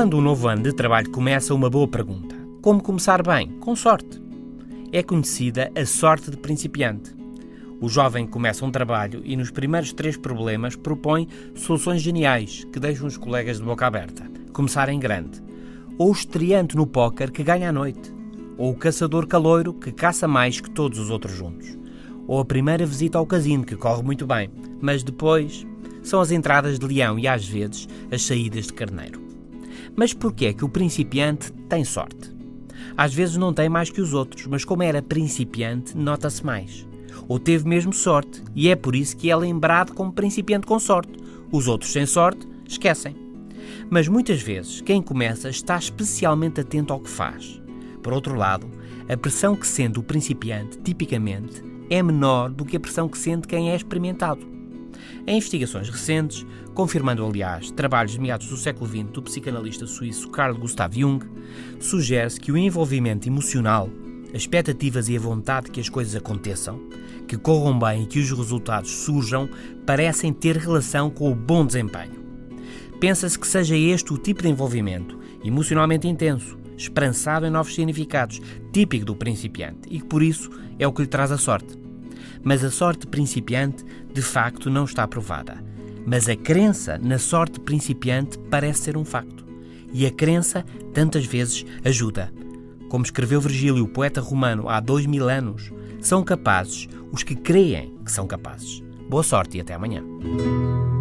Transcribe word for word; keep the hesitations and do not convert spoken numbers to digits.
Quando um novo ano de trabalho começa, uma boa pergunta. Como começar bem? Com sorte. É conhecida a sorte de principiante. O jovem começa um trabalho e nos primeiros três problemas propõe soluções geniais que deixam os colegas de boca aberta. Começar em grande. Ou o estreante no póquer que ganha à noite. Ou o caçador caloiro que caça mais que todos os outros juntos. Ou a primeira visita ao casino que corre muito bem, mas depois são as entradas de leão e às vezes as saídas de carneiro. Mas porquê é que o principiante tem sorte? Às vezes não tem mais que os outros, mas como era principiante, nota-se mais. Ou teve mesmo sorte, e é por isso que é lembrado como principiante com sorte. Os outros sem sorte, esquecem. Mas muitas vezes, quem começa está especialmente atento ao que faz. Por outro lado, a pressão que sente o principiante, tipicamente, é menor do que a pressão que sente quem é experimentado. Em investigações recentes, confirmando aliás trabalhos de meados do século vinte do psicanalista suíço Carl Gustav Jung, sugere-se que o envolvimento emocional, as expectativas e a vontade que as coisas aconteçam, que corram bem e que os resultados surjam, parecem ter relação com o bom desempenho. Pensa-se que seja este o tipo de envolvimento, emocionalmente intenso, esperançado em novos significados, típico do principiante, e que por isso é o que lhe traz a sorte. Mas a sorte principiante, de facto, não está provada. Mas a crença na sorte principiante parece ser um facto. E a crença, tantas vezes, ajuda. Como escreveu Virgílio, o poeta romano, há dois mil anos, são capazes os que creem que são capazes. Boa sorte e até amanhã.